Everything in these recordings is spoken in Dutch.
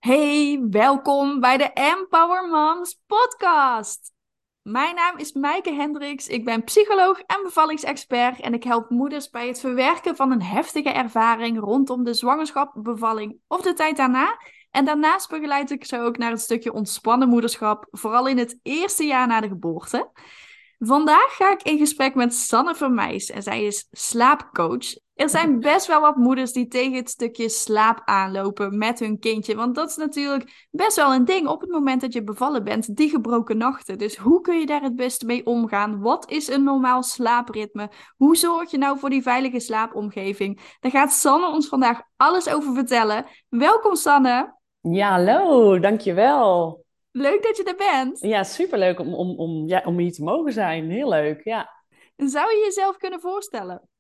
Hey, welkom bij de Empower Moms podcast. Mijn naam is Maaike Hendricks, ik ben psycholoog en bevallingsexpert en ik help moeders bij het verwerken van een heftige ervaring rondom de zwangerschap, bevalling of de tijd daarna. En daarnaast begeleid ik ze ook naar het stukje ontspannen moederschap, vooral in het eerste jaar na de geboorte. Vandaag ga ik in gesprek met Sanne Vermeijs en zij is slaapcoach. Er zijn best wel wat moeders die tegen het stukje slaap aanlopen met hun kindje. Want dat is natuurlijk best wel een ding op het moment dat je bevallen bent, die gebroken nachten. Dus hoe kun je daar het beste mee omgaan? Wat is een normaal slaapritme? Hoe zorg je nou voor die veilige slaapomgeving? Daar gaat Sanne ons vandaag alles over vertellen. Welkom Sanne. Ja, hallo, dankjewel. Leuk dat je er bent. Ja, superleuk om hier te mogen zijn. Heel leuk, ja. Zou je jezelf kunnen voorstellen?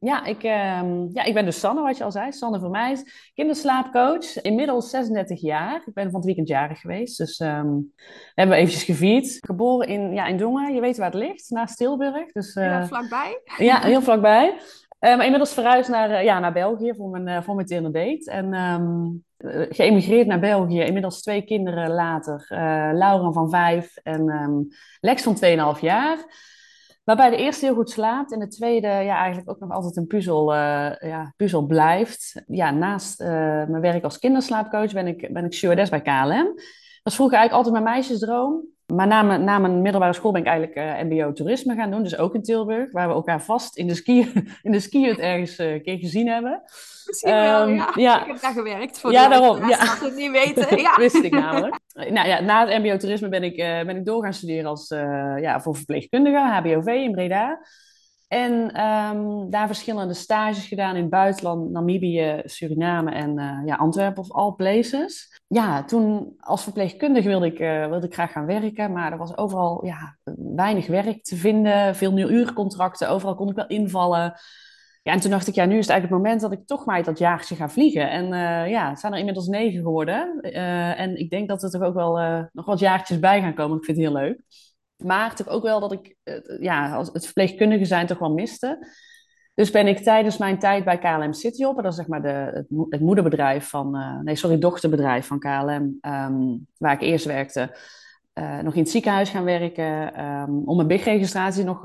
Ik ben dus Sanne, wat je al zei. Sanne Vermeijs, kinderslaapcoach. Inmiddels 36 jaar. Ik ben van het weekend jarig geweest. Dus hebben we eventjes gevierd. Geboren in Dongen. Je weet waar het ligt, naast Tilburg. Dus Ja, vlakbij. ja, heel vlakbij. Maar inmiddels verhuisd naar België voor mijn tinder date. En geëmigreerd naar België. Inmiddels 2 kinderen later. Laura van 5 en Lex van 2,5 jaar. Waarbij de eerste heel goed slaapt en de tweede eigenlijk ook nog altijd een puzzel blijft. Ja, naast mijn werk als kinderslaapcoach ben ik stewardess bij KLM. Dat is vroeger eigenlijk altijd mijn meisjesdroom. Maar na mijn middelbare school ben ik eigenlijk MBO toerisme gaan doen. Dus ook in Tilburg, waar we elkaar vast in de ski, in de skihut ergens een keer gezien hebben. Misschien wel, ja. Ik Ja, heb daar gewerkt voor de ja, daarom. luisteraars Ja. dat het niet weten. Ja. Wist ik namelijk. Nou ja, na het MBO-toerisme ben ik door gaan studeren voor verpleegkundige, HBOV in Breda. En daar verschillende stages gedaan in het buitenland, Namibië, Suriname en Antwerpen of all places. Ja, toen als verpleegkundige wilde ik graag gaan werken, maar er was overal weinig werk te vinden, veel nieuwuurcontracten, overal kon ik wel invallen. Ja, en toen dacht ik, ja, nu is het eigenlijk het moment dat ik toch maar dat jaartje ga vliegen. En het zijn er inmiddels 9 geworden. En ik denk dat er toch ook wel nog wat jaartjes bij gaan komen. Ik vind het heel leuk. Maar toch ook wel dat ik als het verpleegkundige zijn toch wel miste. Dus ben ik tijdens mijn tijd bij KLM Cityhop, dat is zeg maar het moederbedrijf dochterbedrijf van KLM, waar ik eerst werkte, nog in het ziekenhuis gaan werken om mijn BIG-registratie nog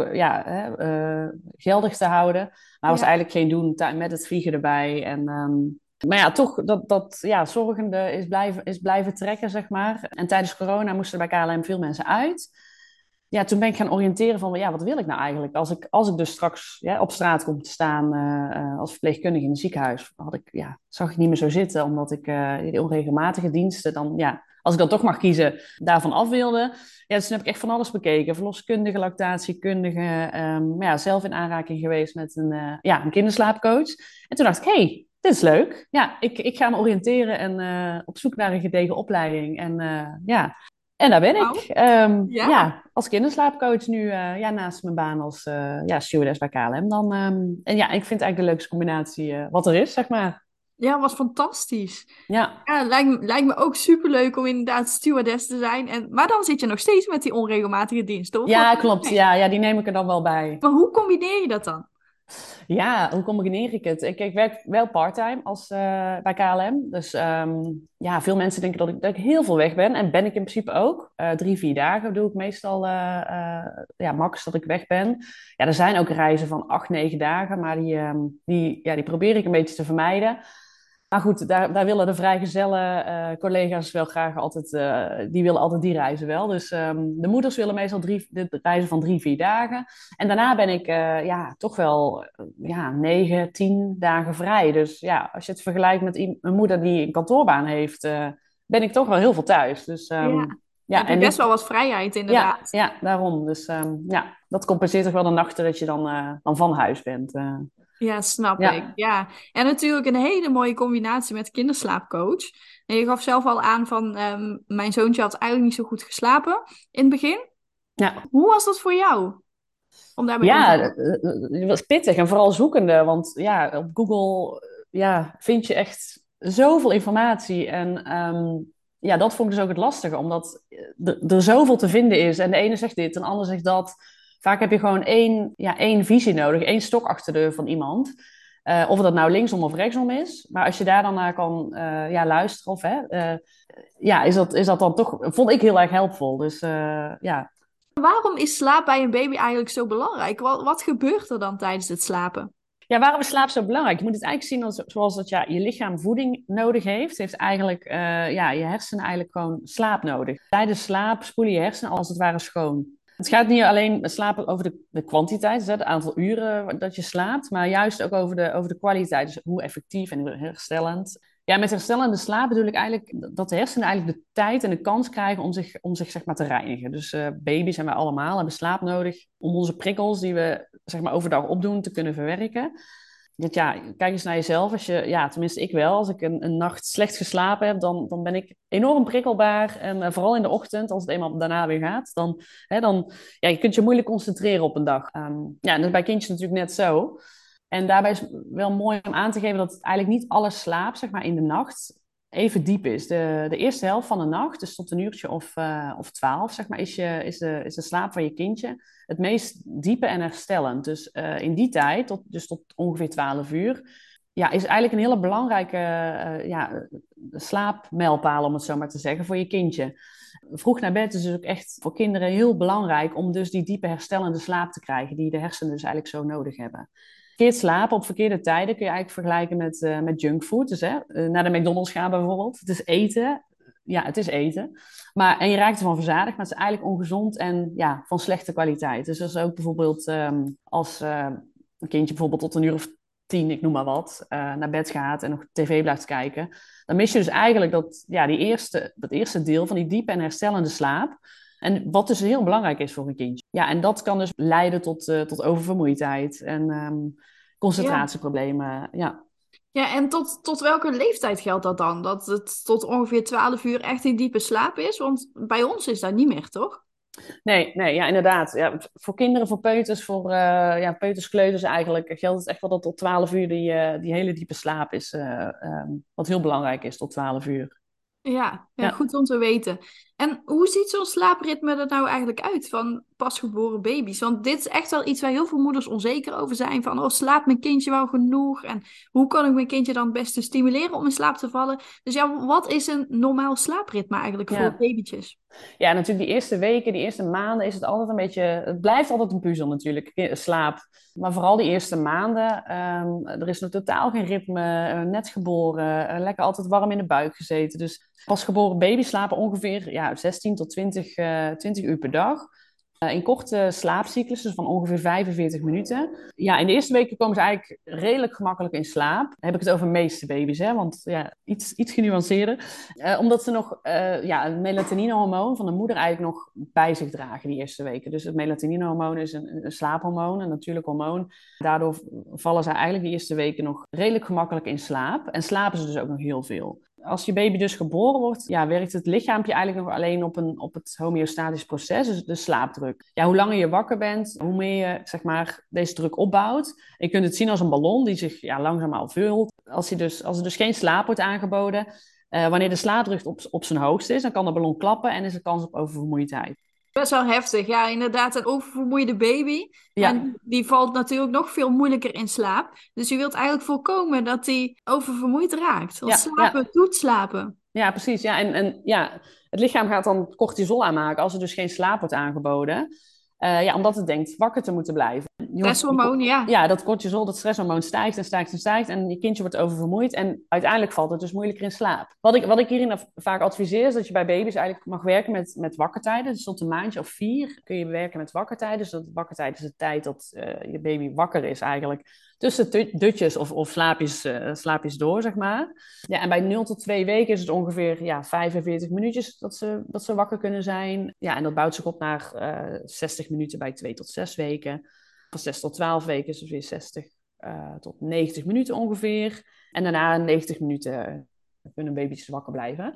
geldig te houden. Maar was Ja. eigenlijk geen doen met het vliegen erbij. Maar ja, toch dat zorgende is blijven trekken, zeg maar. En tijdens corona moesten er bij KLM veel mensen uit. Ja, toen ben ik gaan oriënteren van, ja, wat wil ik nou eigenlijk? Als ik dus straks op straat kom te staan als verpleegkundige in een ziekenhuis, zag ik niet meer zo zitten, omdat ik die onregelmatige diensten dan, ja, als ik dan toch mag kiezen, daarvan af wilde. Ja, dus toen heb ik echt van alles bekeken. Verloskundige, lactatiekundige, maar ja, zelf in aanraking geweest met een kinderslaapcoach. En toen dacht ik, hey, dit is leuk. Ja, ik ga me oriënteren en op zoek naar een gedegen opleiding. En daar ben ik. Oh, ja. Als kinderslaapcoach nu, naast mijn baan als stewardess bij KLM. En ja, ik vind het eigenlijk de leukste combinatie wat er is, zeg maar. Ja, was fantastisch. Ja, Ja, lijkt me ook superleuk om inderdaad stewardess te zijn. Maar dan zit je nog steeds met die onregelmatige diensten, of wat? ja, klopt. Nee. Ja, die neem ik er dan wel bij. Maar hoe combineer je dat dan? Ja, hoe combineer ik het? Ik werk wel parttime bij KLM. Dus veel mensen denken dat ik heel veel weg ben. En ben ik in principe ook. 3, 4 dagen doe ik meestal max dat ik weg ben. Ja, er zijn ook reizen van 8, 9 dagen. Maar die probeer ik een beetje te vermijden. Maar goed, daar willen de vrijgezelle collega's wel graag altijd, die willen altijd die reizen wel. Dus de moeders willen meestal de reizen van 3, 4 dagen. En daarna ben ik toch wel 9, 10 dagen vrij. Dus ja, als je het vergelijkt met een moeder die een kantoorbaan heeft, ben ik toch wel heel veel thuis. Dus Ja, ja, heb je en best wel niet, wat vrijheid inderdaad. ja, daarom. Dus dat compenseert toch wel de nachten dat je dan van huis bent. Ja, snap ik. Ja. Ja. En natuurlijk een hele mooie combinatie met kinderslaapcoach. En je gaf zelf al aan van mijn zoontje had eigenlijk niet zo goed geslapen in het begin. Ja, Hoe was dat voor jou om daarmee om te ja, gaan? het was pittig en vooral zoekende, want ja, op Google vind je echt zoveel informatie. En dat vond ik dus ook het lastige, omdat er zoveel te vinden is. En de ene zegt dit, en de ander zegt dat. Vaak heb je gewoon één visie nodig, één stok achter de deur van iemand. Of dat nou linksom of rechtsom is. Maar als je daar dan naar kan luisteren, is dat dan toch, vond ik heel erg helpvol. Dus ja. Waarom is slaap bij een baby eigenlijk zo belangrijk? Wat gebeurt er dan tijdens het slapen? Ja, waarom is slaap zo belangrijk? Je moet het eigenlijk zien zoals dat je lichaam voeding nodig heeft eigenlijk je hersenen eigenlijk gewoon slaap nodig. Tijdens slaap spoelen je hersenen als het ware schoon. Het gaat niet alleen slapen over de kwantiteit, dus het aantal uren dat je slaapt, maar juist ook over de kwaliteit. Dus hoe effectief en hoe herstellend. Ja, met herstellende slaap bedoel ik eigenlijk dat de hersenen eigenlijk de tijd en de kans krijgen om zich zeg maar te reinigen. Dus baby's en wij allemaal hebben slaap nodig om onze prikkels die we zeg maar overdag opdoen te kunnen verwerken. Want ja, kijk eens naar jezelf. Als je, ja, tenminste ik wel. Als ik een nacht slecht geslapen heb, dan ben ik enorm prikkelbaar. En vooral in de ochtend, als het eenmaal daarna weer gaat, je kunt je moeilijk concentreren op een dag. Ja, en dat is bij kindjes natuurlijk net zo. En daarbij is het wel mooi om aan te geven dat eigenlijk niet alle slaap, zeg maar, in de nacht even diep is. De eerste helft van de nacht, dus tot een uurtje of 12, zeg maar, is de slaap van je kindje het meest diepe en herstellend. Dus in die tijd, tot ongeveer 12 uur, ja, is eigenlijk een hele belangrijke slaapmijlpaal, om het zo maar te zeggen, voor je kindje. Vroeg naar bed is dus ook echt voor kinderen heel belangrijk om dus die diepe herstellende slaap te krijgen, die de hersenen dus eigenlijk zo nodig hebben. Verkeerd slapen op verkeerde tijden kun je eigenlijk vergelijken met junkfood. Dus naar de McDonald's gaan bijvoorbeeld. Het is eten. Ja, het is eten. En je raakt ervan verzadigd, maar het is eigenlijk ongezond en ja, van slechte kwaliteit. Dus dat is ook bijvoorbeeld als een kindje bijvoorbeeld tot een uur of 10, ik noem maar wat, naar bed gaat en nog tv blijft kijken. Dan mis je dus eigenlijk dat eerste deel van die diepe en herstellende slaap. En wat dus heel belangrijk is voor een kindje. Ja, en dat kan dus leiden tot oververmoeidheid en Ja. concentratieproblemen. Ja. Ja, en tot welke leeftijd geldt dat dan? Dat het tot ongeveer 12 uur echt in diepe slaap is? Want bij ons is dat niet meer, toch? Nee, ja, inderdaad. Ja, voor kinderen, voor peuters, voor peuters, kleuters eigenlijk geldt het echt wel dat tot 12 uur die hele diepe slaap is. Wat heel belangrijk is, tot 12 uur. Ja, Ja. goed om te weten. En hoe ziet zo'n slaapritme er nou eigenlijk uit van pasgeboren baby's? Want dit is echt wel iets waar heel veel moeders onzeker over zijn. Van, slaapt mijn kindje wel genoeg? En hoe kan ik mijn kindje dan het beste stimuleren om in slaap te vallen? Dus ja, wat is een normaal slaapritme eigenlijk voor Ja. babytjes? Ja, natuurlijk die eerste weken, die eerste maanden is het altijd een beetje... Het blijft altijd een puzzel natuurlijk, slaap. Maar vooral die eerste maanden, er is nog totaal geen ritme, net geboren, lekker altijd warm in de buik gezeten. Dus pasgeboren baby's slapen ongeveer 16 tot 20 uur per dag. In korte slaapcyclussen van ongeveer 45 minuten. Ja, in de eerste weken komen ze eigenlijk redelijk gemakkelijk in slaap. Dan heb ik het over de meeste baby's, hè? Want ja, iets genuanceerder. Omdat ze nog het melatonine-hormoon van de moeder eigenlijk nog bij zich dragen die eerste weken. Dus het melatonine-hormoon is een slaaphormoon, een natuurlijk hormoon. Daardoor vallen ze eigenlijk die eerste weken nog redelijk gemakkelijk in slaap. En slapen ze dus ook nog heel veel. Als je baby dus geboren wordt, werkt het lichaampje eigenlijk nog alleen op het homeostatisch proces, dus de slaapdruk. Ja, hoe langer je wakker bent, hoe meer je zeg maar, deze druk opbouwt. Je kunt het zien als een ballon die zich langzaamaan vult. Als er dus geen slaap wordt aangeboden, wanneer de slaapdruk op zijn hoogst is, dan kan de ballon klappen en is er kans op oververmoeidheid. Best wel heftig. Ja, inderdaad, een oververmoeide baby. Ja, En die valt natuurlijk nog veel moeilijker in slaap. Dus je wilt eigenlijk voorkomen dat die oververmoeid raakt. Want ja. slapen doet slapen. Ja, precies. Ja, en het lichaam gaat dan cortisol aanmaken als er dus geen slaap wordt aangeboden. Omdat het denkt wakker te moeten blijven. Stresshormoon, ja. Ja, dat cortisol, dat stresshormoon stijgt en stijgt en stijgt. En je kindje wordt oververmoeid. En uiteindelijk valt het dus moeilijker in slaap. Wat ik hierin vaak adviseer is dat je bij baby's eigenlijk mag werken met wakkertijden. Dus tot een maandje of 4 kun je werken met wakkertijden. Dus dat wakkertijd is de tijd dat je baby wakker is eigenlijk. Tussen dutjes of slaapjes door, zeg maar. Ja, en bij 0 tot 2 weken is het ongeveer 45 minuutjes dat ze wakker kunnen zijn. Ja, en dat bouwt zich op naar 60 minuten bij 2 tot 6 weken. Van 6 tot 12 weken is het weer 60 tot 90 minuten ongeveer. En daarna 90 minuten kunnen baby's wakker blijven.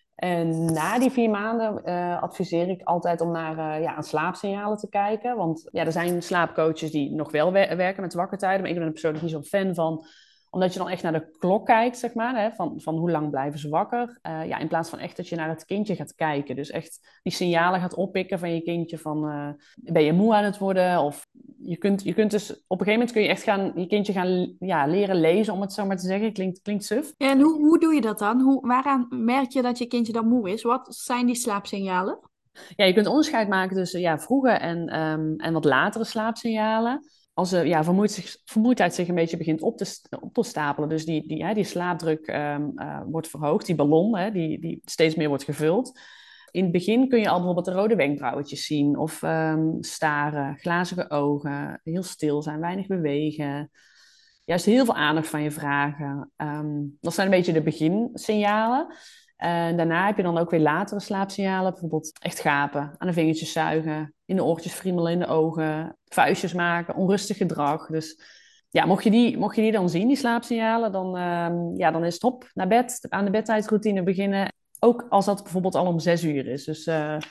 En na die 4 maanden adviseer ik altijd om aan slaapsignalen te kijken. Want er zijn slaapcoaches die nog wel werken met wakkertijden. Maar ik ben er persoonlijk niet zo'n fan van. Omdat je dan echt naar de klok kijkt, zeg maar, hè, van hoe lang blijven ze wakker. In plaats van echt dat je naar het kindje gaat kijken. Dus echt die signalen gaat oppikken van je kindje van, ben je moe aan het worden? Of je kunt dus, op een gegeven moment kun je echt je kindje gaan leren lezen, om het zo maar te zeggen. Klinkt suf. Ja, en hoe doe je dat dan? Waaraan merk je dat je kindje dan moe is? Wat zijn die slaapsignalen? Ja, je kunt onderscheid maken tussen vroege en wat latere slaapsignalen. Als vermoeidheid zich een beetje begint op te stapelen, dus die slaapdruk wordt verhoogd, die ballon die steeds meer wordt gevuld. In het begin kun je al bijvoorbeeld de rode wenkbrauwtjes zien, of staren, glazige ogen, heel stil zijn, weinig bewegen. Juist heel veel aandacht van je vragen. Dat zijn een beetje de beginsignalen. En daarna heb je dan ook weer latere slaapsignalen. Bijvoorbeeld echt gapen, aan de vingertjes zuigen, in de oortjes friemelen, in de ogen, vuistjes maken, onrustig gedrag. Dus ja, mocht je die dan zien, die slaapsignalen, dan is het hop, naar bed, aan de bedtijdroutine beginnen. Ook als dat bijvoorbeeld al om 6 uur is. Dus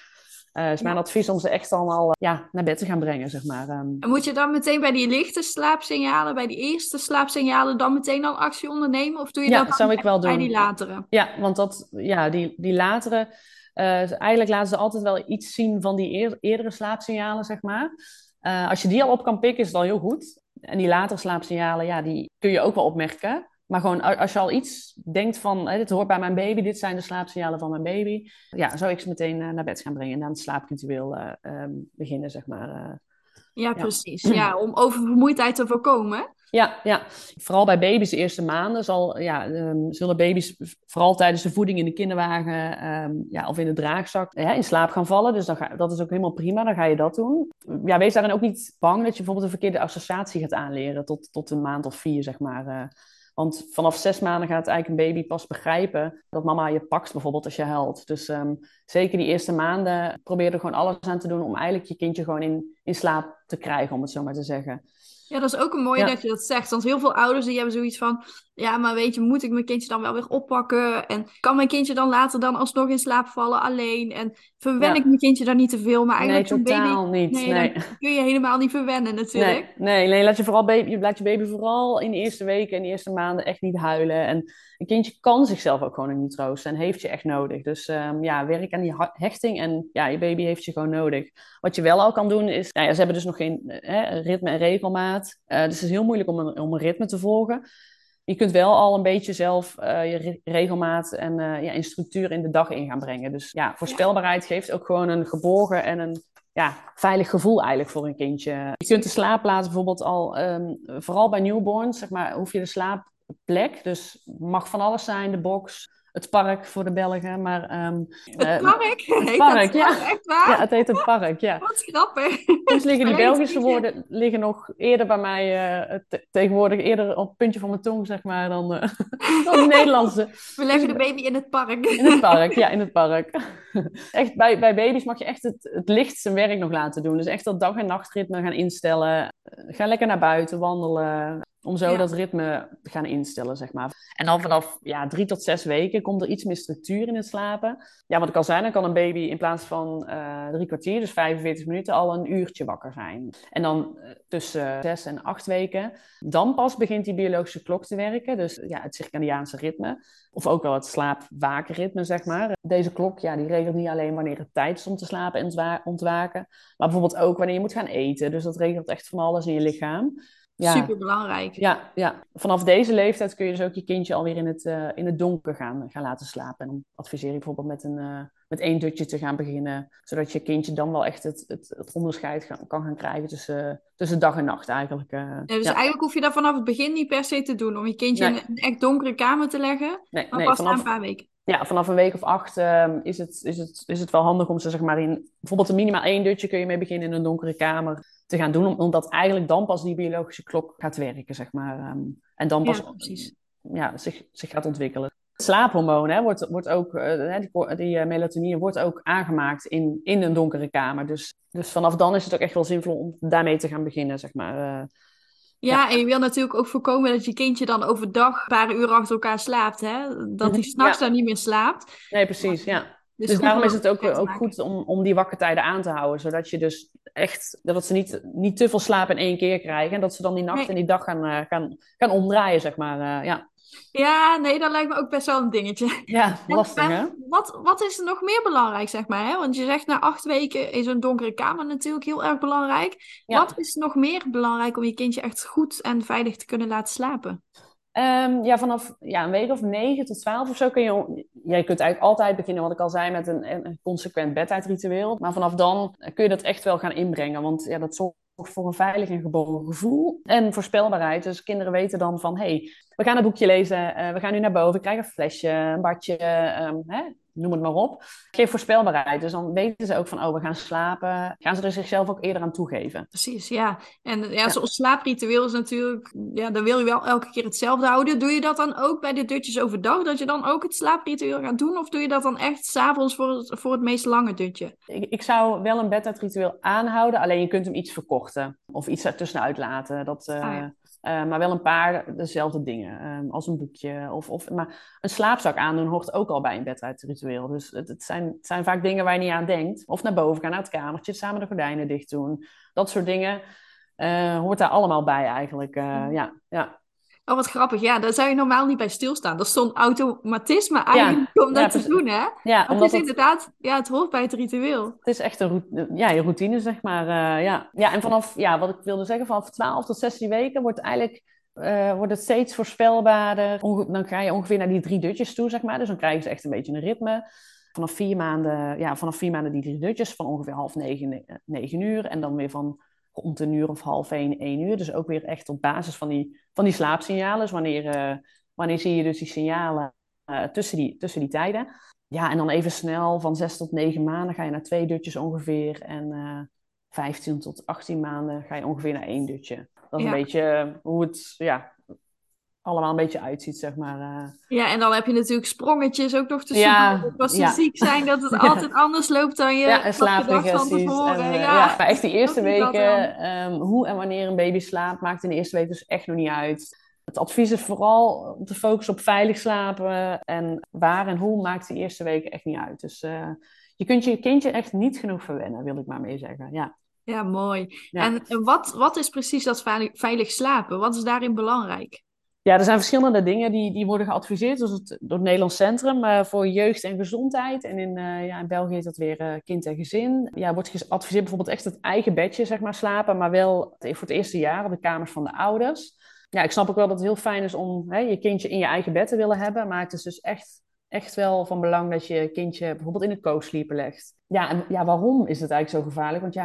is mijn advies om ze echt dan al naar bed te gaan brengen, zeg maar. En moet je dan meteen bij die lichte slaapsignalen, bij die eerste slaapsignalen, dan meteen al actie ondernemen? Of doe je dat Ja, dan zou ik echt wel bij die doen. latere? Ja, want die latere, eigenlijk laten ze altijd wel iets zien van die eerdere slaapsignalen, zeg maar. Als je die al op kan pikken, is het al heel goed. En die latere slaapsignalen, die kun je ook wel opmerken. Maar gewoon als je al iets denkt van, dit hoort bij mijn baby, dit zijn de slaapsignalen van mijn baby. Ja, zou ik ze meteen naar bed gaan brengen en aan het slaapritueel beginnen, zeg maar. Ja, Ja. precies. Ja, om oververmoeidheid te voorkomen. Ja. Vooral bij baby's de eerste maanden zullen baby's vooral tijdens de voeding in de kinderwagen of in de draagzak in slaap gaan vallen. Dus dat is ook helemaal prima, dan ga je dat doen. Ja, wees daarin ook niet bang dat je bijvoorbeeld een verkeerde associatie gaat aanleren tot een maand of 4, zeg maar. Want vanaf 6 maanden gaat eigenlijk een baby pas begrijpen dat mama je pakt, bijvoorbeeld als je huilt. Dus zeker die eerste maanden probeer er gewoon alles aan te doen om eigenlijk je kindje gewoon in slaap te krijgen, om het zo maar te zeggen. Ja, dat is ook een mooie Ja. dat je dat zegt. Want heel veel ouders die hebben zoiets van... Ja, maar weet je, moet ik mijn kindje dan wel weer oppakken? En kan mijn kindje dan later dan alsnog in slaap vallen alleen? En verwen ik mijn kindje dan niet te veel? Maar Nee, eigenlijk zo'n baby... totaal niet. Nee, Nee. dan kun je helemaal niet verwennen natuurlijk. Nee, laat je baby vooral in de eerste weken en de eerste maanden echt niet huilen. En een kindje kan zichzelf ook gewoon niet troosten en heeft je echt nodig. Dus werk aan die hechting en je baby heeft je gewoon nodig. Wat je wel al kan doen is, ze hebben dus nog geen ritme en regelmaat. Dus het is heel moeilijk om een ritme te volgen. Je kunt wel al een beetje zelf je regelmaat en structuur in de dag in gaan brengen. Dus voorspelbaarheid geeft ook gewoon een geborgen en een veilig gevoel eigenlijk voor een kindje. Je kunt de slaapplaats bijvoorbeeld al, vooral bij newborns, zeg maar, hoef je de slaapplek. Dus mag van alles zijn, de box, het park voor de Belgen. Maar, Het park? Het park, dat ja. echt waar? Ja, het heet het park, ja. Wat grappig. Soms liggen die Maar Belgische woorden nog eerder bij mij, tegenwoordig eerder op het puntje van mijn tong, zeg maar, dan de Nederlandse. We leggen de baby in het park. In het park, ja, in het park. Echt, bij baby's mag je echt het licht zijn werk nog laten doen. Dus echt dat dag- en nachtritme gaan instellen. Ga lekker naar buiten wandelen. Om zo dat ritme te gaan instellen, zeg maar. En dan vanaf 3 tot 6 weken komt er iets meer structuur in het slapen. Ja, wat kan zijn, dan kan een baby in plaats van 3 kwartier, dus 45 minuten, al een uurtje wakker zijn. En dan tussen 6 en 8 weken, dan pas begint die biologische klok te werken. Dus het circadiaanse ritme. Of ook wel het slaap-wakenritme, zeg maar. Deze klok, die regelt niet alleen wanneer het tijd is om te slapen en ontwaken. Maar bijvoorbeeld ook wanneer je moet gaan eten. Dus dat regelt echt van alles in je lichaam. Ja. Super belangrijk. Ja. Vanaf deze leeftijd kun je dus ook je kindje alweer in het donker gaan laten slapen. En dan adviseer ik bijvoorbeeld met 1 dutje te gaan beginnen. Zodat je kindje dan wel echt het onderscheid kan gaan krijgen tussen dag en nacht eigenlijk. Dus eigenlijk hoef je dat vanaf het begin niet per se te doen. Om je kindje in een echt donkere kamer te leggen. Maar pas na een paar weken. Ja, vanaf een week of 8 is het wel handig om ze, zeg maar, in bijvoorbeeld een minimaal 1 dutje kun je mee beginnen in een donkere kamer te gaan doen, omdat eigenlijk dan pas die biologische klok gaat werken, zeg maar. En dan pas zich gaat ontwikkelen. Het slaaphormoon wordt ook, die melatonine wordt ook aangemaakt in een donkere kamer. Dus vanaf dan is het ook echt wel zinvol om daarmee te gaan beginnen, zeg maar. En je wil natuurlijk ook voorkomen dat je kindje dan overdag een paar uur achter elkaar slaapt, hè? Dat hij s'nachts dan niet meer slaapt. Nee, precies, ja. Dus Dus goed daarom is het ook, tijd te ook maken. goed om die wakkertijden aan te houden. Zodat je dus echt, dat ze niet te veel slaap in één keer krijgen. En dat ze dan die nacht en Nee. die dag gaan omdraaien, zeg maar. Ja. Ja, nee, dat lijkt me ook best wel een dingetje. Ja, En, lastig hè? en wat is er nog meer belangrijk, zeg maar? Hè? Want je zegt na 8 weken in zo'n donkere kamer natuurlijk heel erg belangrijk. Wat Ja. is nog meer belangrijk om je kindje echt goed en veilig te kunnen laten slapen? Ja, vanaf een week of 9 tot 12 of zo kun je... Ja, je kunt eigenlijk altijd beginnen, wat ik al zei, met een consequent bedtijdritueel. Maar vanaf dan kun je dat echt wel gaan inbrengen. Want ja, dat zorgt voor een veilig en gebogen gevoel. En voorspelbaarheid. Dus kinderen weten dan van... Hey, we gaan een boekje lezen. We gaan nu naar boven. Krijgen een flesje, een badje. Noem het maar op. Geef voorspelbaarheid. Dus dan weten ze ook van... Oh, we gaan slapen. Gaan ze er zichzelf ook eerder aan toegeven. Precies, ja. En ja, Ja. zo'n slaapritueel is natuurlijk, ja, dan wil je wel elke keer hetzelfde houden. Doe je dat dan ook bij de dutjes overdag, dat je dan ook het slaapritueel gaat doen? Of doe je dat dan echt s'avonds voor het meest lange dutje? Ik zou wel een bedtijdritueel aanhouden, alleen je kunt hem iets verkorten of iets ertussenuit laten. Ah ja. Maar wel een paar dezelfde dingen, als een boekje. Maar een slaapzak aandoen hoort ook al bij een bedtijdritueel. Dus het zijn vaak dingen waar je niet aan denkt. Of naar boven gaan, naar het kamertje, samen de gordijnen dicht doen. Dat soort dingen hoort daar allemaal bij eigenlijk. Ja, ja. Oh, wat grappig. Ja, daar zou je normaal niet bij stilstaan. Dat is zo'n automatisme Ja, eigenlijk om ja, dat te doen, hè? ja, Maar het omdat is het inderdaad, ja, het hoort bij het ritueel. Het is echt je routine, zeg maar. Ja. Ja, en wat ik wilde zeggen, vanaf 12 tot 16 weken wordt het steeds voorspelbaarder. Dan ga je ongeveer naar die 3 dutjes toe, zeg maar. Dus dan krijgen ze echt een beetje een ritme. Vanaf 4 maanden die 3 dutjes van ongeveer half 9, 9 uur. En dan weer van rond een uur of half 1, 1 uur. Dus ook weer echt op basis van die slaapsignalen. Dus wanneer zie je dus die signalen tussen die tijden. Ja, en dan even snel van 6 tot 9 maanden ga je naar 2 dutjes ongeveer. En 15 tot 18 maanden ga je ongeveer naar 1 dutje. Dat is een Ja. beetje hoe het allemaal een beetje uitziet, zeg maar. Ja, en dan heb je natuurlijk sprongetjes ook nog tussendoor. Ja, Als ze ja. ziek zijn, dat het Ja. altijd anders loopt dan Ja, je en had gedacht van slaapregressies. tevoren. Ja, Ja, maar echt die ook eerste niet altijd handig. weken, hoe en wanneer een baby slaapt, maakt in de eerste week dus echt nog niet uit. Het advies is vooral om te focussen op veilig slapen. En waar en hoe maakt die eerste weken echt niet uit. Dus je kunt je kindje echt niet genoeg verwennen, wil ik maar mee zeggen. Ja, Ja, mooi. ja. En wat is precies dat veilig slapen? Wat is daarin belangrijk? Ja, er zijn verschillende dingen die worden geadviseerd door het Nederlands Centrum voor Jeugd en Gezondheid. En in België is dat weer kind en gezin. Ja, wordt geadviseerd bijvoorbeeld echt het eigen bedje, zeg maar, slapen, maar wel voor het eerste jaar op de kamers van de ouders. Ja, ik snap ook wel dat het heel fijn is om je kindje in je eigen bed te willen hebben, maar het is dus echt wel van belang dat je kindje bijvoorbeeld in het co-sleeper legt. Ja, en ja, waarom is het eigenlijk zo gevaarlijk? Want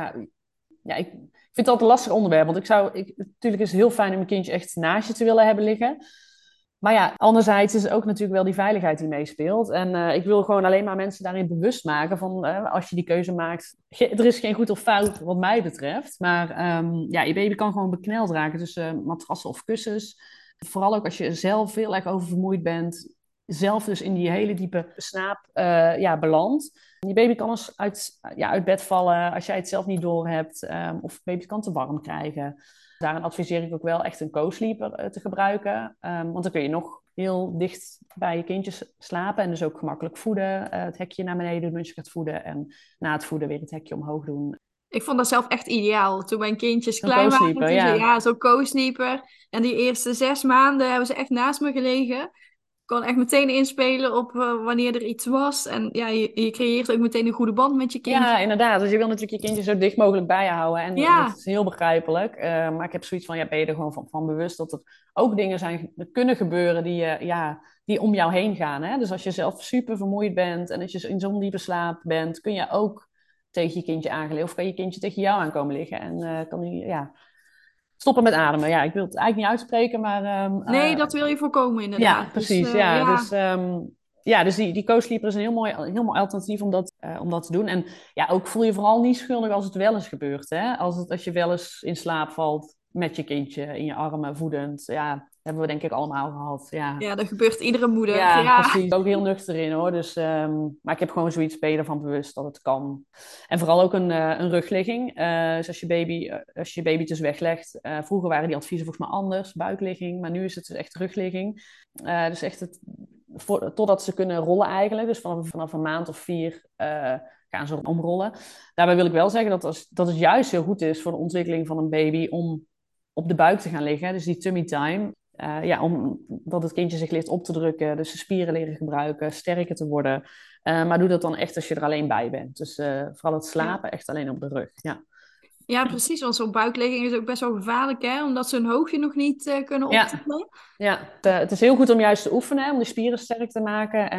ik vind het altijd een lastig onderwerp. Want natuurlijk is het heel fijn om een kindje echt naast je te willen hebben liggen. Maar ja, anderzijds is het ook natuurlijk wel die veiligheid die meespeelt. En ik wil gewoon alleen maar mensen daarin bewust maken van als je die keuze maakt. Er is geen goed of fout wat mij betreft. Maar je baby kan gewoon bekneld raken tussen matrassen of kussens. Vooral ook als je zelf heel erg oververmoeid bent. Zelf dus in die hele diepe slaap belandt. Die baby kan eens uit bed vallen als jij het zelf niet doorhebt. Of baby kan te warm krijgen. Daarin adviseer ik ook wel echt een co-sleeper te gebruiken. Want dan kun je nog heel dicht bij je kindjes slapen. En dus ook gemakkelijk voeden. Het hekje naar beneden doen als je gaat voeden. En na het voeden weer het hekje omhoog doen. Ik vond dat zelf echt ideaal. Toen mijn kindjes Zo'n klein waren, co-sleeper, toen ze, ja. ja, zo'n co-sleeper. En die eerste 6 maanden hebben ze echt naast me gelegen. Ik kon echt meteen inspelen op wanneer er iets was. En ja, je creëert ook meteen een goede band met je kindje. Ja, inderdaad. Dus je wil natuurlijk je kindje zo dicht mogelijk bij je houden. En dat Ja, is heel begrijpelijk. Maar ik heb zoiets van, ben je er gewoon van bewust dat er ook dingen kunnen gebeuren die om jou heen gaan. Hè? Dus als je zelf super vermoeid bent en als je in zo'n diepe slaap bent, kun je ook tegen je kindje aangelegd. Of kan je kindje tegen jou aankomen liggen. En kan die, stoppen met ademen. Ja, ik wil het eigenlijk niet uitspreken, maar nee, dat wil je voorkomen inderdaad. ja, Dus precies. Ja. ja, Dus die co-sleeper is een heel mooi alternatief om dat te doen. En ja, ook voel je vooral niet schuldig als het wel eens gebeurt. Hè? Als je wel eens in slaap valt met je kindje in je armen, voedend. Ja, hebben we denk ik allemaal gehad. Ja, ja, dat gebeurt iedere moeder. ja, Ja, precies. Ook heel nuchter in hoor. Dus, maar ik heb gewoon zoiets, ben je ervan bewust dat het kan. En vooral ook een rugligging. Dus als je baby dus weglegt. Vroeger waren die adviezen volgens mij anders, buikligging. Maar nu is het dus echt rugligging. Dus echt totdat ze kunnen rollen eigenlijk. Dus vanaf een maand of 4 gaan ze omrollen. Daarbij wil ik wel zeggen dat het juist heel goed is voor de ontwikkeling van een baby om op de buik te gaan liggen. Dus die tummy time. Omdat het kindje zich leert op te drukken, dus de spieren leren gebruiken, sterker te worden. Maar doe dat dan echt als je er alleen bij bent. Dus vooral het slapen echt alleen op de rug. Ja, Ja, precies. Want zo'n buikligging is ook best wel gevaarlijk, hè? Omdat ze hun hoofdje nog niet kunnen ja. optillen. Ja, het is heel goed om juist te oefenen, hè, om die spieren sterk te maken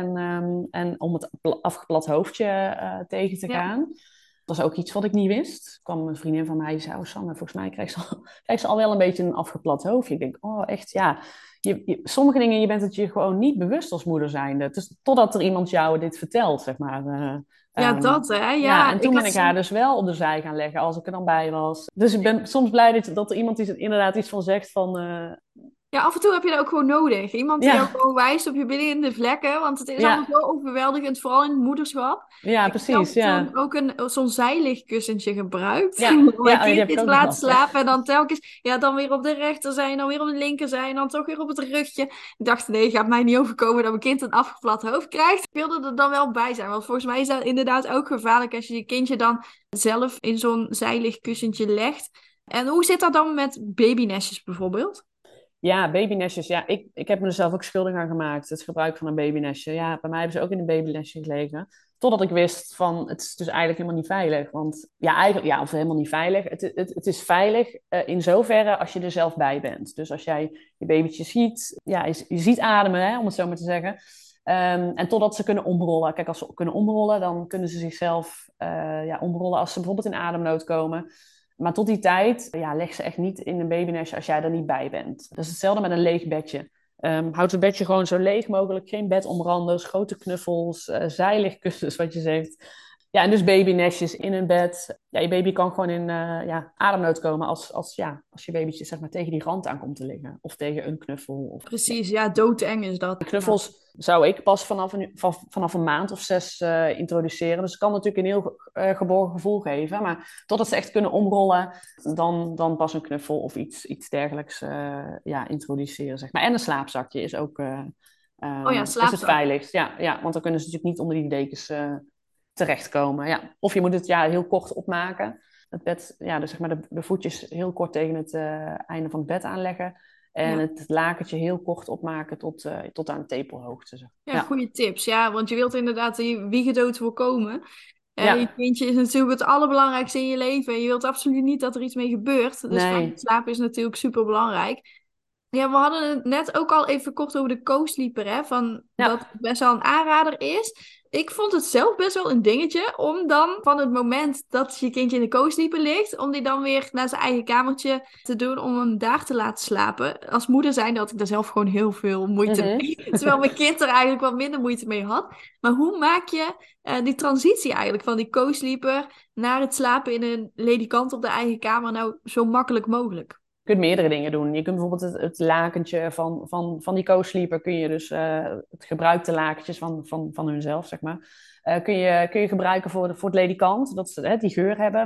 en om het afgeplat hoofdje tegen te Ja. gaan. Dat was ook iets wat ik niet wist. Er kwam een vriendin van mij die zei, oh Sanne, volgens mij krijgt ze al wel een beetje een afgeplat hoofdje. Ik denk, oh echt, ja. Sommige dingen, je bent het je gewoon niet bewust als moeder zijnde. Dus totdat er iemand jou dit vertelt, zeg maar. Ja, Ehm, dat hè. ja, Ja, en ik toen ben had ik haar dus wel op de zij gaan leggen als ik er dan bij was. Dus ik ben soms blij dat er iemand is inderdaad iets van zegt van... Ja, af en toe heb je dat ook gewoon nodig. Iemand die jou ja, gewoon wijst op je binnenliggende vlekken. Want het is allemaal ja, zo overweldigend, vooral in het moederschap. ja, Ik heb zelf precies, ja. zo'n zijlichtkussentje gebruikt. Ja, Om mijn ja, oh ja, die heb kindje ik te ook nog laten gehad. Ja. slapen. En dan telkens, ja, dan weer op de rechterzij. En dan weer op de linkerzij. En dan toch weer op het rugje. Ik dacht, nee, gaat mij niet overkomen dat mijn kind een afgeplat hoofd krijgt. Ik wilde er dan wel bij zijn. Want volgens mij is dat inderdaad ook gevaarlijk als je je kindje dan zelf in zo'n zijlichtkussentje legt. En hoe zit dat dan met babynestjes bijvoorbeeld? Ja, babynestjes. Ja, ik heb me er zelf ook schuldig aan gemaakt. Het gebruik van een babynestje. Ja, bij mij hebben ze ook in een babynestje gelegen. Totdat ik wist van, het is dus eigenlijk helemaal niet veilig. Want ja, eigenlijk, ja, of helemaal niet veilig. Het is veilig in zoverre als je er zelf bij bent. Dus als jij je babytje ziet, ja, je ziet ademen, hè, om het zo maar te zeggen. En totdat ze kunnen omrollen. Kijk, als ze kunnen omrollen, dan kunnen ze zichzelf omrollen als ze bijvoorbeeld in ademnood komen. Maar tot die tijd, ja, leg ze echt niet in een babynestje als jij er niet bij bent. Dat is hetzelfde met een leeg bedje. Houd het bedje gewoon zo leeg mogelijk. Geen bedomranders, grote knuffels, zijlichtkussens, wat je zegt. Ja, en dus babynestjes in een bed. Ja, je baby kan gewoon in ademnood komen als je babytje zeg maar, tegen die rand aan komt te liggen. Of tegen een knuffel. Precies, ja, doodeng is dat. Ja. Knuffels zou ik pas vanaf een maand of 6 introduceren. Dus het kan natuurlijk een heel geborgen gevoel geven. Maar totdat ze echt kunnen omrollen, dan pas een knuffel of iets dergelijks introduceren. Zeg maar. En een slaapzakje is ook Oh ja, is het slaapzak. veiligst. Ja, want dan kunnen ze natuurlijk niet onder die dekens terechtkomen. Ja. Of je moet het heel kort opmaken. Het bed, ja, dus zeg maar de voetjes heel kort tegen het einde van het bed aanleggen. En Ja. het lakentje heel kort opmaken tot aan tepelhoogte. Zeg. Ja, Ja, goede tips. Ja, want je wilt inderdaad die wiegedood voorkomen. Je ja, kindje is natuurlijk het allerbelangrijkste in je leven. En je wilt absoluut niet dat er iets mee gebeurt. Dus veilig nee. slapen is natuurlijk super belangrijk. Ja, we hadden het net ook al even kort over de co-sleeper, hè? Van dat Ja, het best wel een aanrader is. Ik vond het zelf best wel een dingetje om dan van het moment dat je kindje in de co-sleeper ligt, om die dan weer naar zijn eigen kamertje te doen om hem daar te laten slapen. Als moeder zijn had ik daar zelf gewoon heel veel moeite mhm. mee. Terwijl mijn kind er eigenlijk wat minder moeite mee had. Maar hoe maak je die transitie eigenlijk van die co-sleeper naar het slapen in een ledikant op de eigen kamer nou zo makkelijk mogelijk? Je kunt meerdere dingen doen. Je kunt bijvoorbeeld het lakentje van die co-sleeper, kun je dus het gebruikte lakentjes van hunzelf, zeg maar, kun je gebruiken voor het ledikant. Dat ze die geur hebben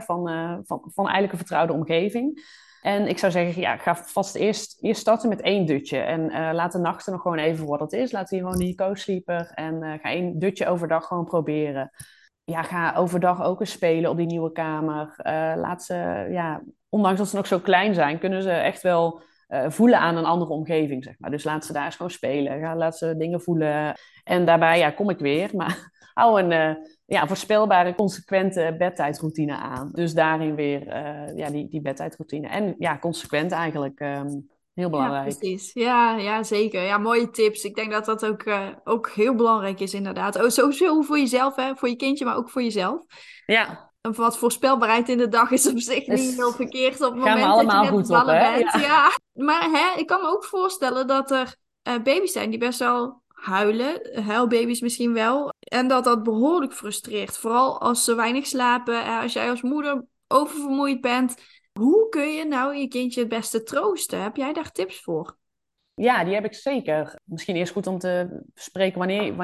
van eigenlijk een vertrouwde omgeving. En ik zou zeggen, ja, ga vast eerst starten met 1 dutje. En laat de nachten nog gewoon even voor wat is. Laat die gewoon in je co-sleeper. En ga 1 dutje overdag gewoon proberen. Ja, ga overdag ook eens spelen op die nieuwe kamer. Laat ze, ja, ondanks dat ze nog zo klein zijn, kunnen ze echt wel voelen aan een andere omgeving, zeg maar. Dus laat ze daar eens gewoon spelen. Laat ze dingen voelen. En daarbij, ja, kom ik weer. Maar hou een voorspelbare, consequente bedtijdroutine aan. Dus daarin weer die bedtijdroutine. En ja, consequent eigenlijk. Heel Ja, belangrijk. precies. Ja, ja, zeker. Ja, mooie tips. Ik denk dat dat ook heel belangrijk is, inderdaad. Oh, sowieso voor jezelf, hè? Voor je kindje, maar ook voor jezelf. Ja, En wat voorspelbaarheid in de dag is op zich niet heel dus verkeerd op het gaan we moment dat je allemaal net goed op, bevallen hè? bent. Ja. Ja, maar hè, ik kan me ook voorstellen dat er baby's zijn die best wel huilen. Huilbaby's misschien wel. En dat dat behoorlijk frustreert. Vooral als ze weinig slapen. Als jij als moeder oververmoeid bent. Hoe kun je nou je kindje het beste troosten? Heb jij daar tips voor? Ja, die heb ik zeker. Misschien eerst goed om te bespreken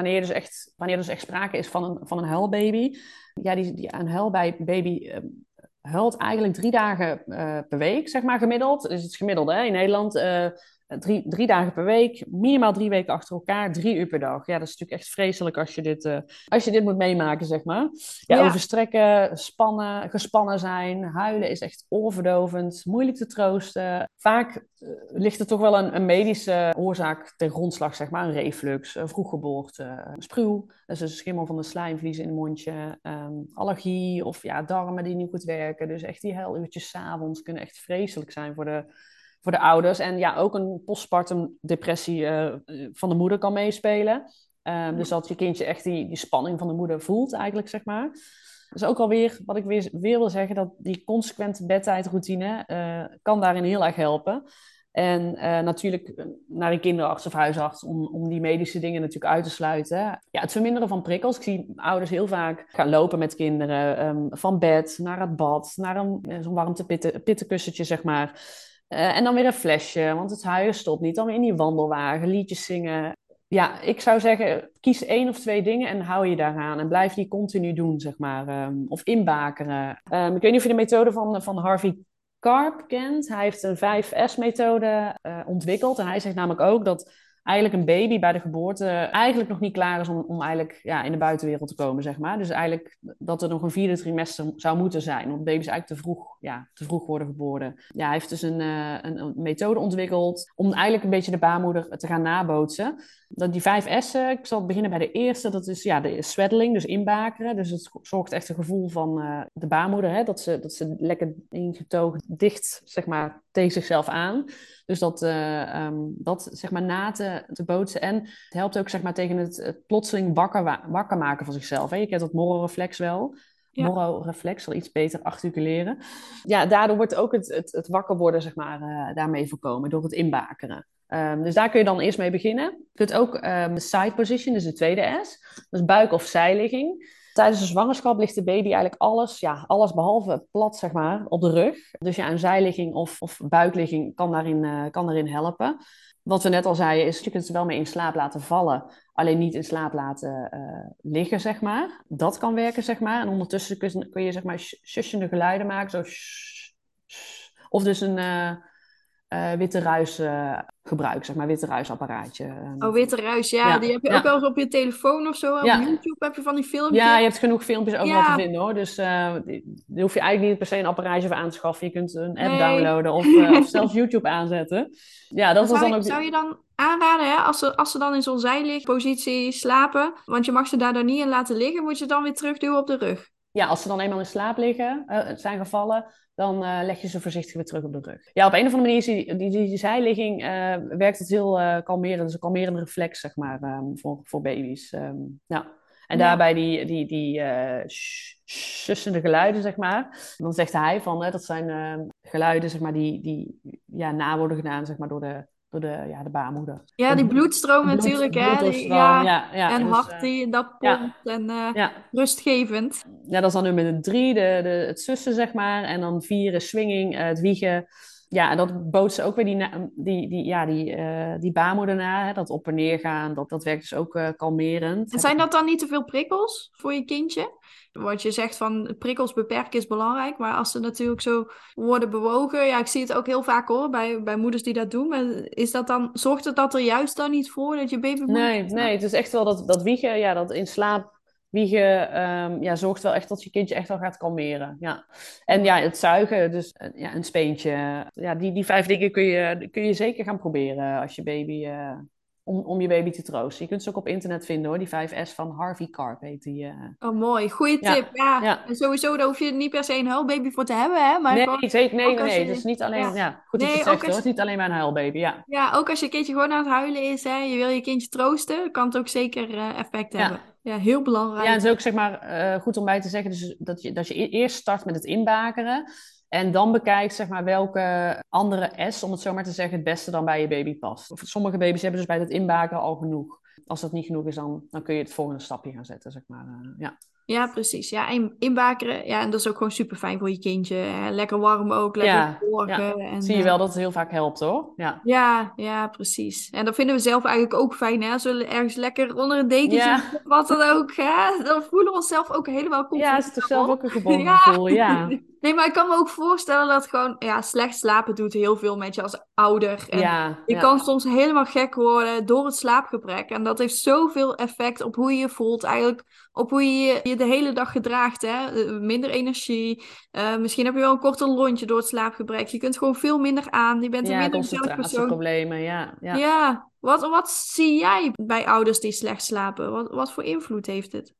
wanneer dus echt sprake is van een huilbaby. Ja, een huilbaby huilt eigenlijk 3 dagen per week, zeg maar gemiddeld. Dus het is gemiddeld hè, in Nederland. drie dagen per week, minimaal 3 weken achter elkaar, 3 uur per dag. Ja, dat is natuurlijk echt vreselijk als je dit moet meemaken, zeg maar. Ja, Ja, overstrekken, gespannen zijn, huilen is echt oorverdovend, moeilijk te troosten. Vaak ligt er toch wel een medische oorzaak ten grondslag, zeg maar. Een reflux, een vroeggeboorte, spuw, dat is dus een schimmel van de slijmvlies in het mondje, allergie of ja, darmen die niet goed werken. Dus echt die huiluurtjes 's avonds kunnen echt vreselijk zijn voor de ouders. En ja, ook een postpartum depressie van de moeder kan meespelen. Dus dat je kindje echt die spanning van de moeder voelt eigenlijk, zeg maar. Dat is ook alweer, wat ik weer wil zeggen, dat die consequente bedtijdroutine kan daarin heel erg helpen. En natuurlijk naar een kinderarts of huisarts om die medische dingen natuurlijk uit te sluiten. Ja, het verminderen van prikkels. Ik zie ouders heel vaak gaan lopen met kinderen. Van bed naar het bad, naar zo'n warmte pittenkussentje, zeg maar. En dan weer een flesje, want het huilen stopt niet. Dan weer in die wandelwagen, liedjes zingen. Ja, ik zou zeggen, kies 1 of 2 dingen en hou je daaraan. En blijf die continu doen, zeg maar. Of inbakeren. Ik weet niet of je de methode van Harvey Karp kent. Hij heeft een 5S-methode ontwikkeld. En hij zegt namelijk ook dat eigenlijk een baby bij de geboorte eigenlijk nog niet klaar is om eigenlijk ja, in de buitenwereld te komen, zeg maar. Dus eigenlijk dat er nog een 4e trimester zou moeten zijn. Want baby's eigenlijk te vroeg worden geboren. Ja, hij heeft dus een methode ontwikkeld om eigenlijk een beetje de baarmoeder te gaan nabootsen. Dat die 5S'en, ik zal beginnen bij de eerste, dat is ja, de swaddling, dus inbakeren. Dus het zorgt echt een gevoel van de baarmoeder, hè, dat ze lekker ingetogen dicht, zeg maar, tegen zichzelf aan. Dus dat zeg maar na te bootsen. En het helpt ook zeg maar tegen het plotseling wakker maken van zichzelf. Hè. Je kent dat morrelreflex wel. ja. Morrelreflex zal iets beter articuleren. Ja, daardoor wordt ook het wakker worden zeg maar, daarmee voorkomen, door het inbakeren. Dus daar kun je dan eerst mee beginnen. Je kunt ook de side position, dus de tweede S. Dat is buik- of zijligging. Tijdens de zwangerschap ligt de baby eigenlijk alles behalve plat, zeg maar, op de rug. Dus ja, een zijligging of buikligging kan daarin helpen. Wat we net al zeiden, is je kunt ze wel mee in slaap laten vallen. Alleen niet in slaap laten liggen, zeg maar. Dat kan werken, zeg maar. En ondertussen kun je zeg maar, shushende geluiden maken. Zo of dus een witte ruis gebruik, zeg maar, witte ruisapparaatje. Oh, witte ruis, ja. Ja, Die heb je ook wel ja. eens op je telefoon of zo. Op Ja, YouTube heb je van die ja, filmpjes. je hebt genoeg filmpjes ook wel te Ja, vinden hoor. Dus daar hoef je eigenlijk niet per se een apparaatje voor aan te schaffen. Je kunt een app nee. downloaden of zelfs YouTube aanzetten. Ja, Maar dat was dan ook. zou je dan aanraden, hè, als ze dan in zo'n zijligpositie slapen, want je mag ze daar dan niet in laten liggen, moet je ze dan weer terugduwen op de rug? Ja, als ze dan eenmaal in slaap liggen, zijn gevallen, dan leg je ze voorzichtig weer terug op de rug. Ja, op een of andere manier is die zijligging werkt het heel kalmerend. Dus een kalmerende reflex, zeg maar, voor baby's. Ja. En Ja. daarbij die sussende geluiden, zeg maar. Dan zegt hij van, dat zijn geluiden, zeg maar, die ja, na worden gedaan, zeg maar, door de baarmoeder. Ja, die bloedstroom natuurlijk, hè. Bloeddoorstroom, Ja, ja. en Dus, hart die dat ja, pompt en ja. rustgevend. Ja, dat is dan nummer 3, het sussen, zeg maar. En dan 4 is swinging, het wiegen. Ja, en dat bootst ook weer die baarmoeder na. Hè, dat op en neer gaan, dat werkt dus ook kalmerend. En zijn dat dan niet te veel prikkels voor je kindje? Want je zegt van prikkels beperken is belangrijk, maar als ze natuurlijk zo worden bewogen, ja, ik zie het ook heel vaak hoor, bij moeders die dat doen, maar zorgt het dat er juist dan niet voor dat je baby moeilijk Nee, is? nee, het is echt wel dat wiegen, ja, dat in slaap wiegen, ja, zorgt wel echt dat je kindje echt wel gaat kalmeren. Ja. En ja, het zuigen, dus ja, een speentje. Ja, die 5 dingen kun je zeker gaan proberen als je baby, om je baby te troosten. Je kunt ze ook op internet vinden hoor, die 5S van Harvey Karp heet die. Oh, mooi. Goeie tip. Ja, Ja, ja. en sowieso, daar hoef je niet per se een huilbaby voor te hebben, hè? Maar Nee, gewoon, zeker, nee, ook nee, als nee. Het je, is niet alleen, ja. ja, goed dat je het Nee, zegt hoor. Het is niet alleen maar een huilbaby, ja. ja, ook als je kindje gewoon aan het huilen is, hè, je wil je kindje troosten, kan het ook zeker effect hebben. Ja. Ja, heel Ja, en het belangrijk. is ook zeg maar goed om bij te zeggen dus dat je eerst start met het inbakeren en dan bekijkt zeg maar welke andere S, om het zo maar te zeggen, het beste dan bij je baby past. Of sommige baby's hebben dus bij het inbakeren al genoeg. Als dat niet genoeg is, dan kun je het volgende stapje gaan zetten, zeg maar. Ja. Ja, precies. Ja, en inbakeren, ja, en dat is ook gewoon super fijn voor je kindje. Hè. Lekker warm ook, lekker Ja, verzorgen. ja. En, Zie je wel dat het heel vaak helpt hoor. Ja. ja, ja, precies. En dat vinden we zelf eigenlijk ook fijn, hè? Als we ergens lekker onder een dekentje, Ja. of wat dan ook, hè? Dan voelen we onszelf ook helemaal Ja, is het toch zelf comfortabel. ook een geborgen Ja. gevoel, ja. Nee, maar ik kan me ook voorstellen dat gewoon, ja, slecht slapen doet heel veel met je. ouder. En Ja, je kan soms helemaal gek worden door het slaapgebrek. En dat heeft zoveel effect op hoe je je voelt. Eigenlijk op hoe je de hele dag gedraagt. Hè? Minder energie. Misschien heb je wel een korter lontje door het slaapgebrek. Je kunt gewoon veel minder aan. Je bent een ja, minder gezellig persoon. concentratieproblemen, ja. Ja, wat zie jij bij ouders die slecht slapen? Wat voor invloed heeft het?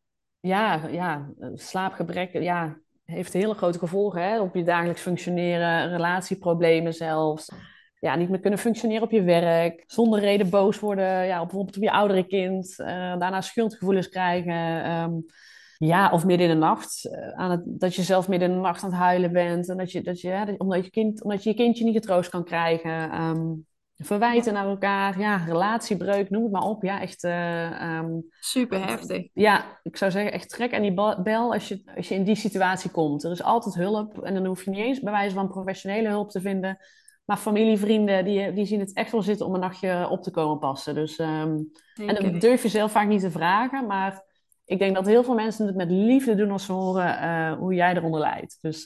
Ja, slaapgebrek, ja, heeft hele grote gevolgen hè, op je dagelijks functioneren, relatieproblemen zelfs. Ja, niet meer kunnen functioneren op je werk, zonder reden boos worden, ja, bijvoorbeeld op je oudere kind, daarna schuldgevoelens krijgen. Ja, of midden in de nacht, dat je zelf midden in de nacht aan het huilen bent. En omdat je kindje niet getroost kan krijgen. Verwijten naar elkaar, ja, relatiebreuk, noem het maar op. Ja, echt. Super heftig. Ja, ik zou zeggen, echt trek aan die bel als je in die situatie komt. Er is altijd hulp en dan hoef je niet eens bij wijze van professionele hulp te vinden. Maar familie, vrienden, die zien het echt wel zitten om een nachtje op te komen passen. Dus, en dat Zeker. durf je zelf vaak niet te vragen, maar ik denk dat heel veel mensen het met liefde doen als ze horen hoe jij eronder lijdt. Dus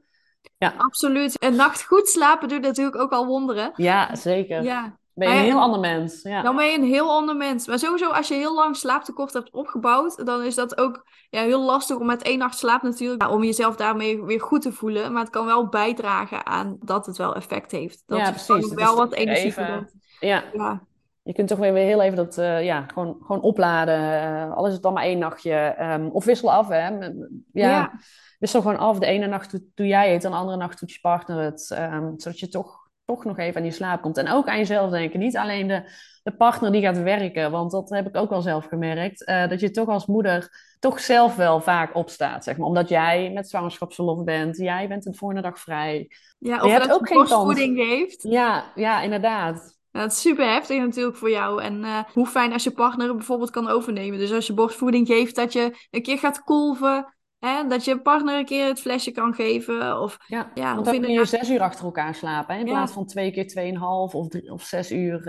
ja. Absoluut. Een nacht goed slapen doet natuurlijk ook al wonderen. Ja, zeker. Ja. Ben je Maar een ja, heel en ander mens. dan Ja, ben je een heel ander mens. Maar sowieso, als je heel lang slaaptekort hebt opgebouwd, dan is dat ook heel lastig om met één nacht slaap natuurlijk, om jezelf daarmee weer goed te voelen. Maar het kan wel bijdragen aan dat het wel effect heeft. Dat ja, je gewoon precies. nog Het is wel toch wat weer energie even. verbrandt. Ja, Ja. je kunt toch weer heel even dat, ja, gewoon opladen. Al is het dan maar één nachtje. Of wissel af, hè. Ja, Ja. wissel gewoon af. De ene nacht doe jij het, en de andere nacht doet je partner het. Zodat je toch nog even aan die slaap komt. En ook aan jezelf denken. Niet alleen de partner die gaat werken. Want dat heb ik ook wel zelf gemerkt. Dat je toch als moeder toch zelf wel vaak opstaat, zeg maar. Omdat jij met zwangerschapsverlof bent. Jij bent de volgende dag vrij. Ja, Je of hebt dat je ook geen kans. borstvoeding geeft. Ja, inderdaad. Ja, dat is super heftig natuurlijk voor jou. En hoe fijn als je partner het bijvoorbeeld kan overnemen. Dus als je borstvoeding geeft, dat je een keer gaat kolven. Hè? Dat je partner een keer het flesje kan geven. Of, Ja, ja, want of dan kun je inderdaad, 6 uur achter elkaar slapen. Hè? In plaats ja, van 2 keer 2,5 of 6 uur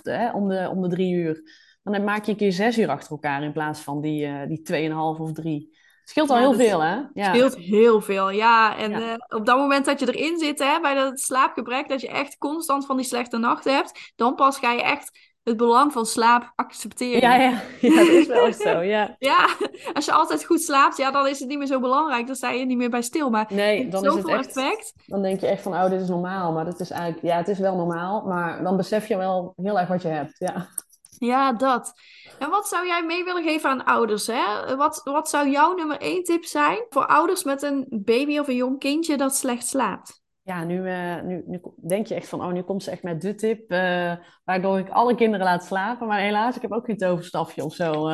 om de 3 uur. Dan maak je een keer 6 uur achter elkaar in plaats van die 2,5 of 3. Het scheelt al ja, heel dat veel, hè? Ja, scheelt heel veel. Ja, en ja. op dat moment dat je erin zit, hè, bij dat slaapgebrek, dat je echt constant van die slechte nachten hebt, dan pas ga je echt het belang van slaap Ja, accepteren. ja, ja, dat is wel echt zo, ja. Ja, als je altijd goed slaapt, ja, dan is het niet meer zo belangrijk. Dan sta je niet meer bij stil. Maar het Nee, heeft dan is het zoveel echt... effect. Dan denk je echt van, oh, dit is normaal. Maar dat is eigenlijk... Ja, het is wel normaal. Maar dan besef je wel heel erg wat je hebt, ja. Ja, dat. En wat zou jij mee willen geven aan ouders, hè? Wat zou jouw nummer één tip zijn voor ouders met een baby of een jong kindje dat slecht slaapt? Ja, nu denk je echt van, oh, nu komt ze echt met de tip, waardoor ik alle kinderen laat slapen. Maar helaas, ik heb ook geen toverstafje of zo.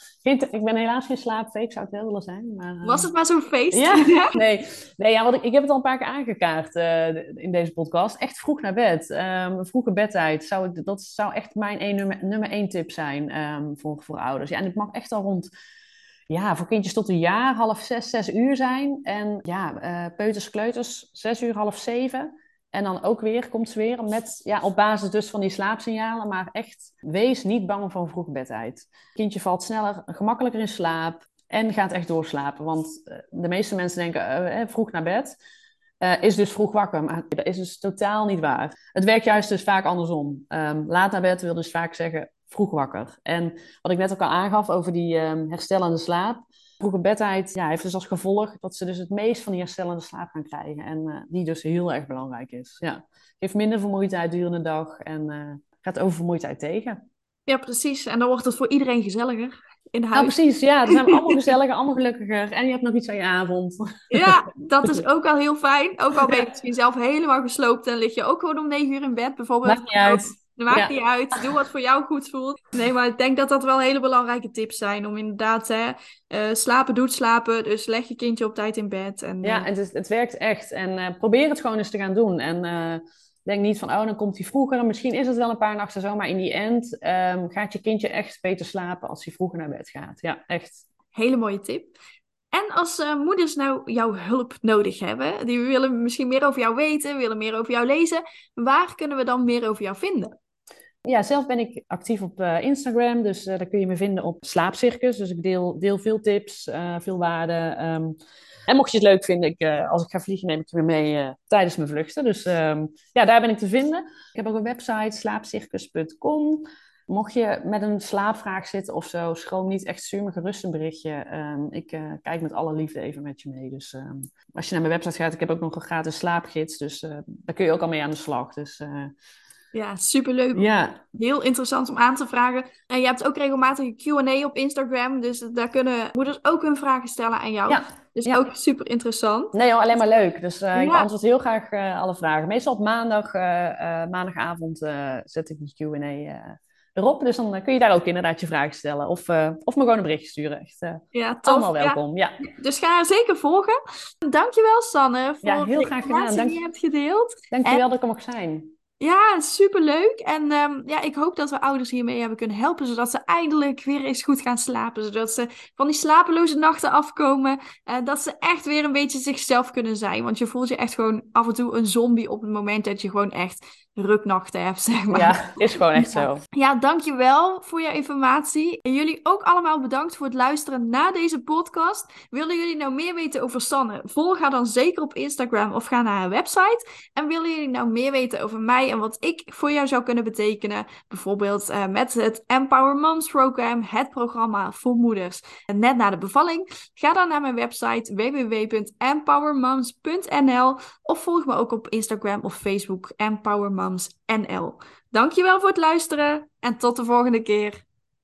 Ik ben helaas geen slaapfake, zou het wel willen zijn. Maar, Was het maar zo'n feest? ja, nee ja, want ik heb het al een paar keer aangekaart in deze podcast. Echt vroeg naar bed. Vroege bedtijd, dat zou echt mijn nummer één tip zijn voor ouders. Ja, en het mag echt al rond... Ja, voor kindjes tot een jaar, 5:30, 6 uur zijn. En ja, peuters, kleuters, 6 uur, 6:30. En dan ook weer, komt ze weer, met, ja, op basis dus van die slaapsignalen. Maar echt, wees niet bang voor een vroeg bedtijd. Kindje valt sneller, gemakkelijker in slaap en gaat echt doorslapen. Want de meeste mensen denken, vroeg naar bed is dus vroeg wakker. Maar dat is dus totaal niet waar. Het werkt juist dus vaak andersom. Laat naar bed wil dus vaak zeggen vroeg wakker. En wat ik net ook al aangaf over die herstellende slaap. Vroege bedtijd heeft dus als gevolg dat ze dus het meest van die herstellende slaap gaan krijgen. En die dus heel erg belangrijk is. Ja. Geeft minder vermoeidheid durende de dag en gaat oververmoeidheid tegen. Ja, precies. En dan wordt het voor iedereen gezelliger in Nou, huis. precies. Ja, dan zijn we allemaal gezelliger, allemaal gelukkiger. En je hebt nog iets aan je avond. Ja, dat is ook al heel fijn. Ook al ben je Ja, misschien zelf helemaal gesloopt en lig je ook gewoon om 9 uur in bed, bijvoorbeeld. maakt niet uit. Dat maakt Ja. niet uit. Doe wat voor jou goed voelt. Nee, maar ik denk dat dat wel hele belangrijke tips zijn. Om inderdaad, slapen doet slapen. Dus leg je kindje op tijd in bed. En, Ja, het werkt echt. En probeer het gewoon eens te gaan doen. En denk niet van, oh, dan komt hij vroeger. Misschien is het wel een paar nachten zo, maar in die end gaat je kindje echt beter slapen als hij vroeger naar bed gaat. Ja, echt. hele mooie tip. En als moeders nou jouw hulp nodig hebben, die willen misschien meer over jou weten, willen meer over jou lezen, waar kunnen we dan meer over jou vinden? Ja, zelf ben ik actief op Instagram, dus daar kun je me vinden op Slaapcircus. Dus ik deel veel tips, veel waarden. En mocht je het leuk vinden, als ik ga vliegen, neem ik je weer mee tijdens mijn vluchten. Dus ja, daar ben ik te vinden. Ik heb ook een website, slaapcircus.com. Mocht je met een slaapvraag zitten of zo, schroom niet, echt stuur me gerust een berichtje. Ik kijk met alle liefde even met je mee. Dus als je naar mijn website gaat, ik heb ook nog een gratis slaapgids, dus daar kun je ook al mee aan de slag. Dus Ja, superleuk. ja. Heel interessant om aan te vragen. En je hebt ook regelmatig een Q&A op Instagram. Dus daar kunnen moeders ook hun vragen stellen aan jou. Ja, Dus ja. ook super interessant. Nee hoor, alleen maar leuk. Dus ik Ja, beantwoord heel graag alle vragen. Meestal op maandagavond zet ik die Q&A erop. Dus dan kun je daar ook inderdaad je vragen stellen. Of me gewoon een berichtje sturen. Echt ja, tof. allemaal Ja. welkom. Ja. Dus ga haar zeker volgen. Dankjewel, Sanne, Ja, voor heel de graag gedaan. informatie die je hebt gedeeld. En Dankjewel dat ik er mag zijn. ja, superleuk. En ja, ik hoop dat we ouders hiermee hebben kunnen helpen, zodat ze eindelijk weer eens goed gaan slapen. Zodat ze van die slapeloze nachten afkomen. Dat ze echt weer een beetje zichzelf kunnen zijn. Want je voelt je echt gewoon af en toe een zombie op het moment dat je gewoon echt ruknachten hebt, zeg maar. Ja, is gewoon echt Ja. zo. Ja, dankjewel voor je informatie. En jullie ook allemaal bedankt voor het luisteren naar deze podcast. Willen jullie nou meer weten over Sanne? Volg haar dan zeker op Instagram of ga naar haar website. En willen jullie nou meer weten over mij en wat ik voor jou zou kunnen betekenen? Bijvoorbeeld met het Empower Moms Program, het programma voor moeders net na de bevalling. Ga dan naar mijn website www.empowermoms.nl of volg me ook op Instagram of Facebook Empower Moms NL. Dankjewel voor het luisteren en tot de volgende keer.